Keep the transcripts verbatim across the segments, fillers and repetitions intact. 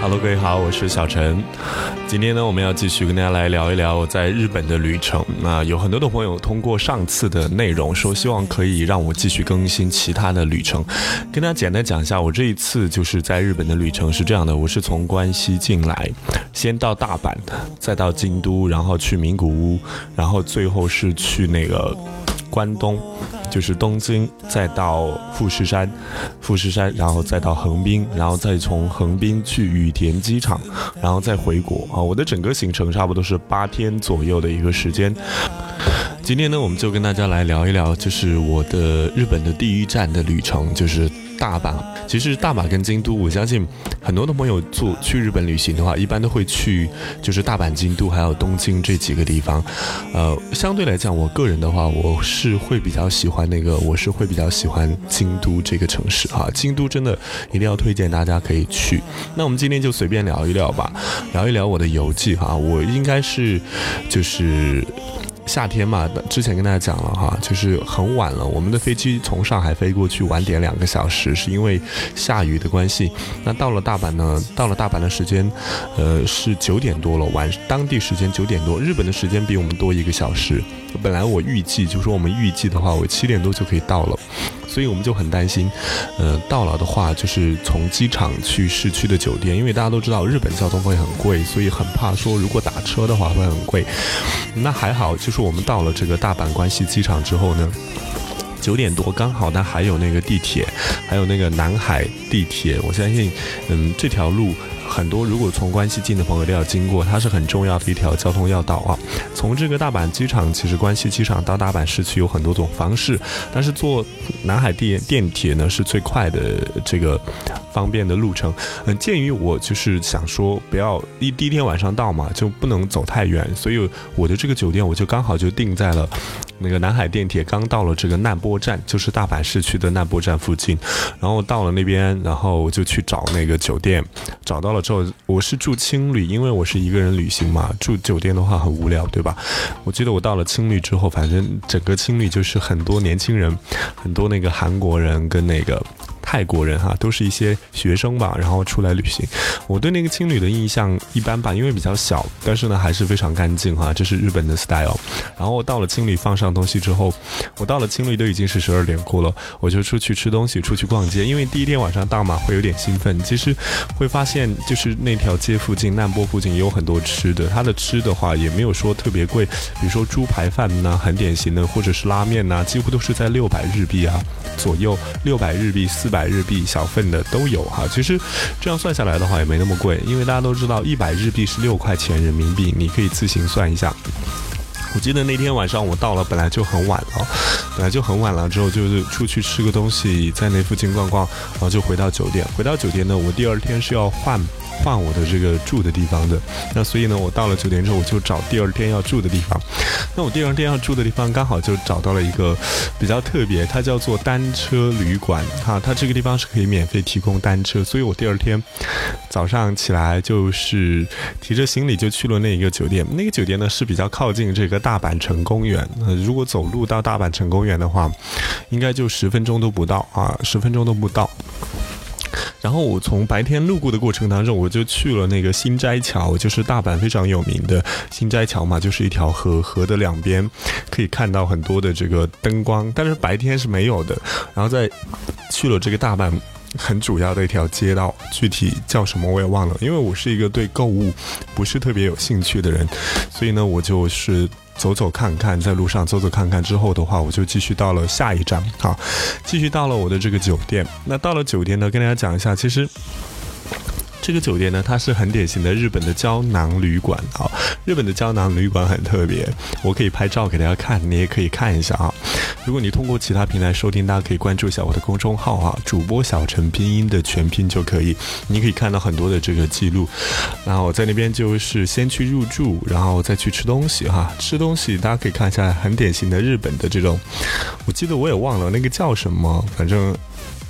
Hello， 各位好，我是小陈。今天呢，我们要继续跟大家来聊一聊我在日本的旅程。那有很多的朋友通过上次的内容说，希望可以让我继续更新其他的旅程。跟大家简单讲一下，我这一次就是在日本的旅程是这样的：我是从关西进来，先到大阪，再到京都，然后去名古屋，然后最后是去那个关东。就是东京，再到富士山，富士山，然后再到横滨，然后再从横滨去羽田机场，然后再回国啊。我的整个行程差不多是八天左右的一个时间。今天呢，我们就跟大家来聊一聊，就是我的日本的第一站的旅程，就是大阪。其实大阪跟京都，我相信很多的朋友做去日本旅行的话，一般都会去就是大阪、京都还有东京这几个地方。呃，相对来讲，我个人的话，我是会比较喜欢那个，我是会比较喜欢京都这个城市哈。京都真的一定要推荐大家可以去。那我们今天就随便聊一聊吧，聊一聊我的游记哈。我应该是就是夏天嘛，之前跟大家讲了哈，就是很晚了，我们的飞机从上海飞过去晚点两个小时，是因为下雨的关系。那到了大阪呢，到了大阪的时间，呃，是九点多了，晚当地时间九点多，日本的时间比我们多一个小时。本来我预计，就说我们预计的话，我七点多就可以到了。所以我们就很担心，呃，到了的话就是从机场去市区的酒店，因为大家都知道日本交通会很贵，所以很怕说如果打车的话会很贵。那还好，就是我们到了这个大阪关西机场之后呢，九点多刚好，它还有那个地铁，还有那个南海地铁。我相信，嗯，这条路很多如果从关西进的朋友都要经过，它是很重要的一条交通要道啊。从这个大阪机场，其实关西机场到大阪市区有很多种方式，但是坐南海地电铁呢是最快的这个方便的路程。嗯，鉴于我就是想说不要一第一天晚上到嘛，就不能走太远，所以我的这个酒店我就刚好就定在了那个南海电铁刚到了这个难波站，就是大阪市区的难波站附近。然后到了那边，然后我就去找那个酒店，找到了之后，我是住青旅，因为我是一个人旅行嘛，住酒店的话很无聊，对吧？我记得我到了青旅之后，反正整个青旅就是很多年轻人，很多那个韩国人跟那个泰国人哈，都是一些学生吧，然后出来旅行。我对那个青旅的印象一般吧，因为比较小，但是呢还是非常干净哈，这是日本的 style。然后我到了青旅放上东西之后，我到了青旅都已经是十二点过了，我就出去吃东西，出去逛街，因为第一天晚上到嘛，会有点兴奋。其实会发现就是那条街附近，难波附近也有很多吃的，它的吃的话也没有说特别贵，比如说猪排饭呐、啊，很典型的，或者是拉面呐、啊，几乎都是在六百日币啊左右，六百日币、四百日币小份的都有哈。其实这样算下来的话也没那么贵，因为大家都知道一百日币是六块钱人民币，你可以自行算一下。我记得那天晚上我到了，本来就很晚了，本来就很晚了，之后就是出去吃个东西，在那附近逛逛，然后就回到酒店。回到酒店呢，我第二天是要换换我的这个住的地方的。那所以呢，我到了酒店之后，我就找第二天要住的地方。那我第二天要住的地方刚好就找到了一个比较特别，它叫做单车旅馆哈，它这个地方是可以免费提供单车，所以我第二天早上起来就是提着行李就去了那一个酒店。那个酒店呢是比较靠近这个大阪城公园，呃，如果走路到大阪城公园的话，应该就十分钟都不到啊，十分钟都不到。然后我从白天路过的过程当中，我就去了那个新斋桥，就是大阪非常有名的新斋桥嘛，就是一条河，河的两边可以看到很多的这个灯光，但是白天是没有的。然后再去了这个大阪很主要的一条街道，具体叫什么我也忘了，因为我是一个对购物不是特别有兴趣的人，所以呢我就是走走看看，在路上走走看看之后的话，我就继续到了下一站啊，继续到了我的这个酒店。那到了酒店呢，跟大家讲一下，其实这个酒店呢，它是很典型的日本的胶囊旅馆啊。日本的胶囊旅馆很特别，我可以拍照给大家看，你也可以看一下啊。如果你通过其他平台收听，大家可以关注一下我的公众号啊，主播小陈拼音的全拼就可以，你可以看到很多的这个记录。然后我在那边就是先去入住，然后再去吃东西哈。吃东西大家可以看一下，很典型的日本的这种，我记得我也忘了那个叫什么，反正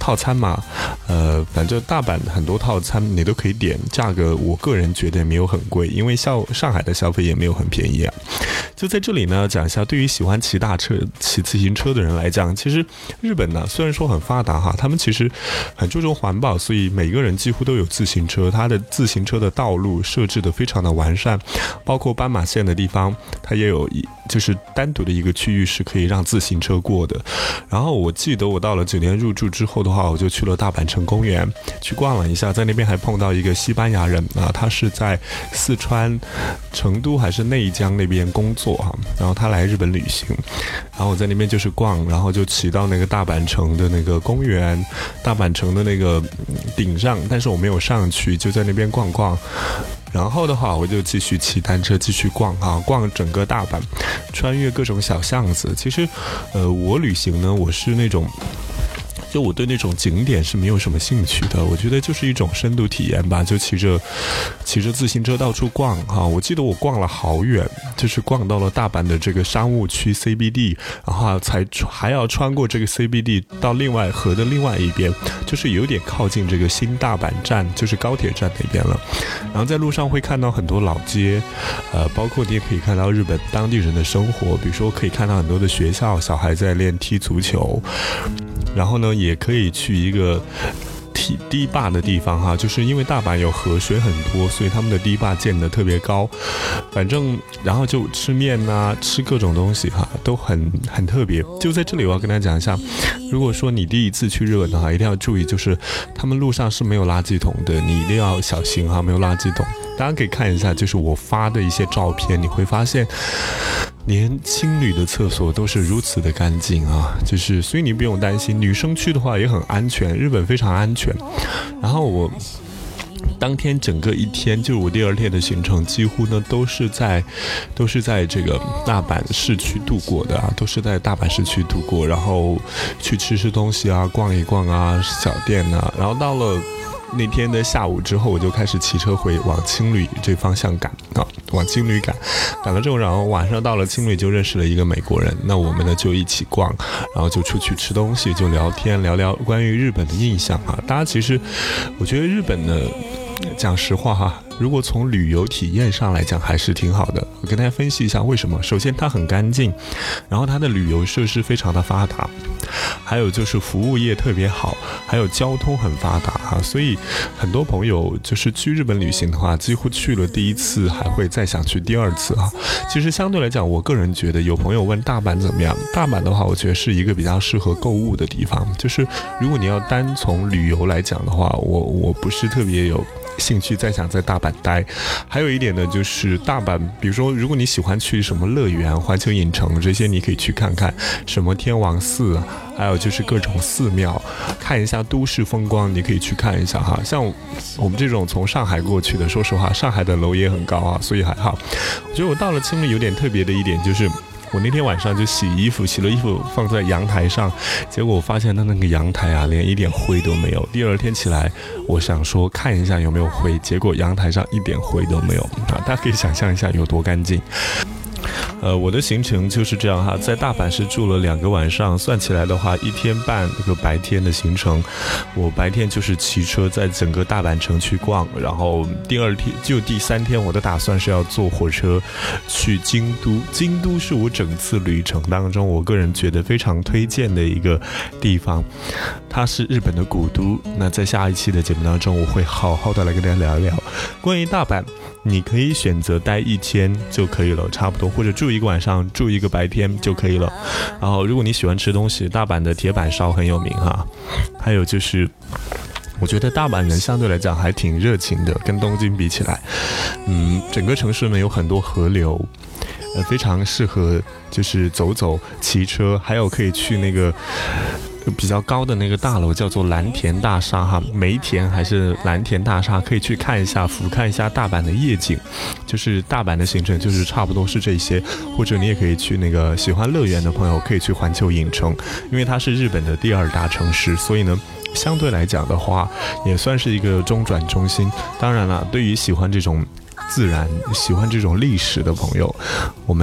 套餐嘛，呃，反正大阪很多套餐你都可以点，价格我个人觉得没有很贵，因为像上海的消费也没有很便宜啊。就在这里呢，讲一下对于喜欢骑大车、骑自行车的人来讲，其实日本呢虽然说很发达哈，他们其实很注重环保，所以每个人几乎都有自行车，它的自行车的道路设置的非常的完善，包括斑马线的地方，它也有一就是单独的一个区域是可以让自行车过的。然后我记得我到了酒店入住之后的话，我就去了大阪城公园去逛了一下，在那边还碰到一个西班牙人啊，他是在四川成都还是内江那边工作哈，然后他来日本旅行，然后我在那边就是逛，然后就骑到那个大阪城的那个公园，大阪城的那个顶上，但是我没有上去，就在那边逛逛。然后的话我就继续骑单车继续逛啊，逛整个大阪，穿越各种小巷子。其实呃，我旅行呢，我是那种就我对那种景点是没有什么兴趣的，我觉得就是一种深度体验吧，就骑着骑着自行车到处逛哈、啊。我记得我逛了好远，就是逛到了大阪的这个商务区 C B D， 然后才还要穿过这个 C B D 到另外河的另外一边，就是有点靠近这个新大阪站，就是高铁站那边了。然后在路上会看到很多老街，呃，包括你也可以看到日本当地人的生活，比如说可以看到很多的学校小孩在练踢足球，然后呢也可以去一个堤堤坝的地方哈，就是因为大阪有河水很多，所以他们的堤坝建得特别高。反正然后就吃面啊，吃各种东西哈，都很很特别。就在这里我要跟大家讲一下，如果说你第一次去日本的话，一定要注意，就是他们路上是没有垃圾桶的，你一定要小心哈，没有垃圾桶。大家可以看一下，就是我发的一些照片，你会发现连青旅的厕所都是如此的干净啊，就是所以你不用担心，女生去的话也很安全，日本非常安全。然后我当天整个一天，就是我第二天的行程，几乎呢都是在都是在这个大阪市区度过的啊，都是在大阪市区度过，然后去吃吃东西啊，逛一逛啊，小店啊，然后到了那天的下午之后，我就开始骑车回往青旅这方向赶啊，往青旅赶，赶了之后，然后晚上到了青旅就认识了一个美国人，那我们呢就一起逛，然后就出去吃东西，就聊天，聊聊关于日本的印象啊。大家其实，我觉得日本呢，讲实话哈，如果从旅游体验上来讲还是挺好的。我跟大家分析一下为什么。首先它很干净，然后它的旅游设施非常的发达，还有就是服务业特别好，还有交通很发达哈，所以很多朋友就是去日本旅行的话，几乎去了第一次还会再想去第二次啊。其实相对来讲，我个人觉得，有朋友问大阪怎么样，大阪的话我觉得是一个比较适合购物的地方，就是如果你要单从旅游来讲的话，我我不是特别有兴趣再想在大阪待。还有一点呢，就是大阪，比如说如果你喜欢去什么乐园、环球影城这些，你可以去看看什么天王寺，还有就是各种寺庙，看一下都市风光，你可以去看一下哈。像我们这种从上海过去的，说实话上海的楼也很高啊，所以还好。我觉得我到了青旅有点特别的一点就是，我那天晚上就洗衣服，洗了衣服放在阳台上，结果我发现它那个阳台啊，连一点灰都没有。第二天起来，我想说看一下有没有灰，结果阳台上一点灰都没有啊！大家可以想象一下有多干净。呃，我的行程就是这样哈，在大阪是住了两个晚上，算起来的话，一天半那个白天的行程，我白天就是骑车在整个大阪城去逛，然后第二天就第三天，我的打算是要坐火车去京都。京都是我整次旅程当中，我个人觉得非常推荐的一个地方，它是日本的古都。那在下一期的节目当中，我会好好的来跟大家聊一聊关于大阪。你可以选择待一天就可以了，差不多，或者住一个晚上，住一个白天就可以了。然后如果你喜欢吃东西，大阪的铁板烧很有名哈。还有就是我觉得大阪人相对来讲还挺热情的，跟东京比起来，嗯，整个城市呢有很多河流，呃，非常适合就是走走、骑车，还有可以去那个比较高的那个大楼叫做蓝田大厦哈，梅田还是蓝田大厦，可以去看一下，俯瞰一下大阪的夜景。就是大阪的行程就是差不多是这些，或者你也可以去那个喜欢乐园的朋友可以去环球影城，因为它是日本的第二大城市，所以呢相对来讲的话也算是一个中转中心。当然了，对于喜欢这种自然、喜欢这种历史的朋友，我们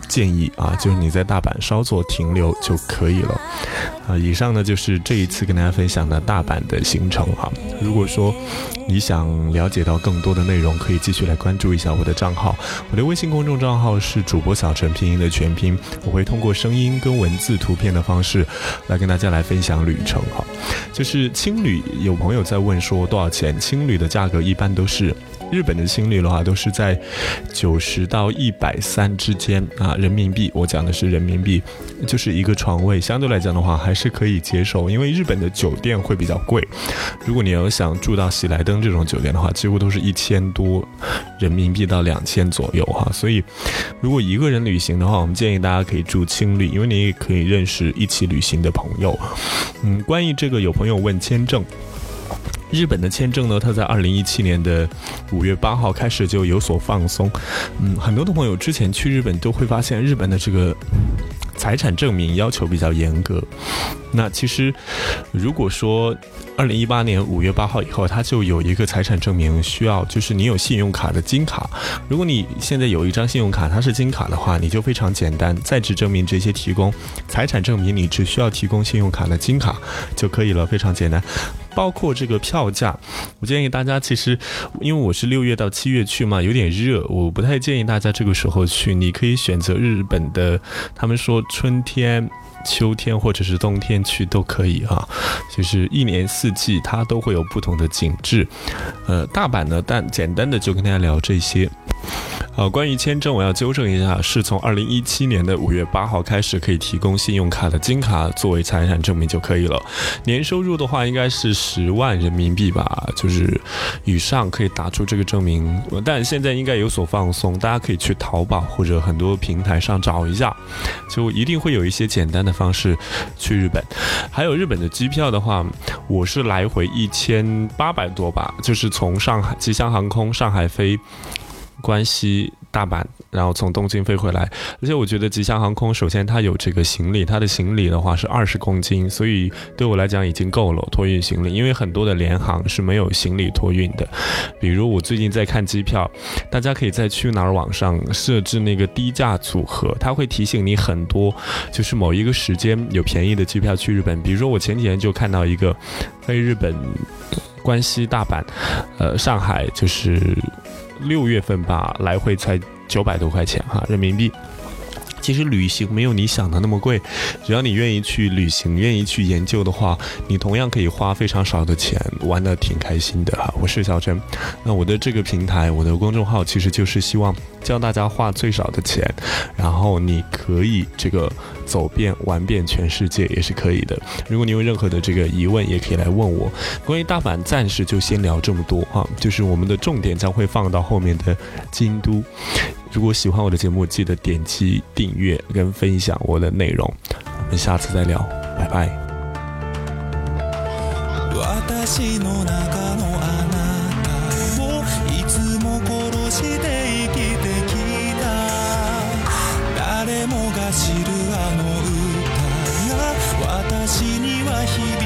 建议啊，就是你在大阪稍作停留就可以了啊。以上呢就是这一次跟大家分享的大阪的行程哈。如果说你想了解到更多的内容，可以继续来关注一下我的账号。我的微信公众账号是主播小陈拼音的全拼，我会通过声音跟文字图片的方式来跟大家来分享旅程哈。就是青旅，有朋友在问说多少钱？青旅的价格一般都是日本的青旅的话，都是在九十到一百三之间啊，人民币。我讲的是人民币，就是一个床位，相对来讲的话还是可以接受，因为日本的酒店会比较贵。如果你要想住到喜来登这种酒店的话，几乎都是一千多人民币到两千左右哈。所以，如果一个人旅行的话，我们建议大家可以住青旅，因为你也可以认识一起旅行的朋友。嗯，关于这个，有朋友问签证。日本的签证呢，它在二零一七年的五月八号开始就有所放松。嗯，很多的朋友之前去日本都会发现，日本的这个财产证明要求比较严格。那其实如果说二零一八年五月八号以后，它就有一个财产证明需要，就是你有信用卡的金卡。如果你现在有一张信用卡它是金卡的话，你就非常简单，在职证明这些提供，财产证明你只需要提供信用卡的金卡就可以了，非常简单。包括这个票价，我建议大家，其实因为我是六月到七月去嘛，有点热，我不太建议大家这个时候去。你可以选择日本的，他们说春天、秋天或者是冬天去都可以啊，就是一年四季它都会有不同的景致。呃，大阪呢，但简单的就跟大家聊这些。好，关于签证我要纠正一下，是从二零一七年的五月八号开始可以提供信用卡的金卡作为财产证明就可以了。年收入的话应该是十万人民币吧，就是以上可以打出这个证明。但现在应该有所放松，大家可以去淘宝或者很多平台上找一下，就一定会有一些简单的方式去日本。还有日本的机票的话，我是来回一千八百多吧，就是从上海吉祥航空上海飞关西大阪，然后从东京飞回来。而且我觉得吉祥航空首先它有这个行李，它的行李的话是二十公斤，所以对我来讲已经够了托运行李。因为很多的联航是没有行李托运的，比如我最近在看机票，大家可以在去哪儿网上设置那个低价组合，它会提醒你很多，就是某一个时间有便宜的机票去日本。比如说我前几天就看到一个飞日本关西大阪呃上海，就是六月份吧，来回才九百多块钱哈，人民币。其实旅行没有你想的那么贵，只要你愿意去旅行，愿意去研究的话，你同样可以花非常少的钱，玩得挺开心的哈。我是小陈，那我的这个平台，我的公众号其实就是希望教大家花最少的钱，然后你可以这个走遍玩遍全世界也是可以的。如果你有任何的这个疑问，也可以来问我。关于大阪暂时就先聊这么多哈，就是我们的重点将会放到后面的京都。如果喜欢我的节目，记得点击订阅跟分享我的内容。我们下次再聊，拜拜。私の中のあなたをいつも殺して生きてきた。誰もが知るあの歌が私には響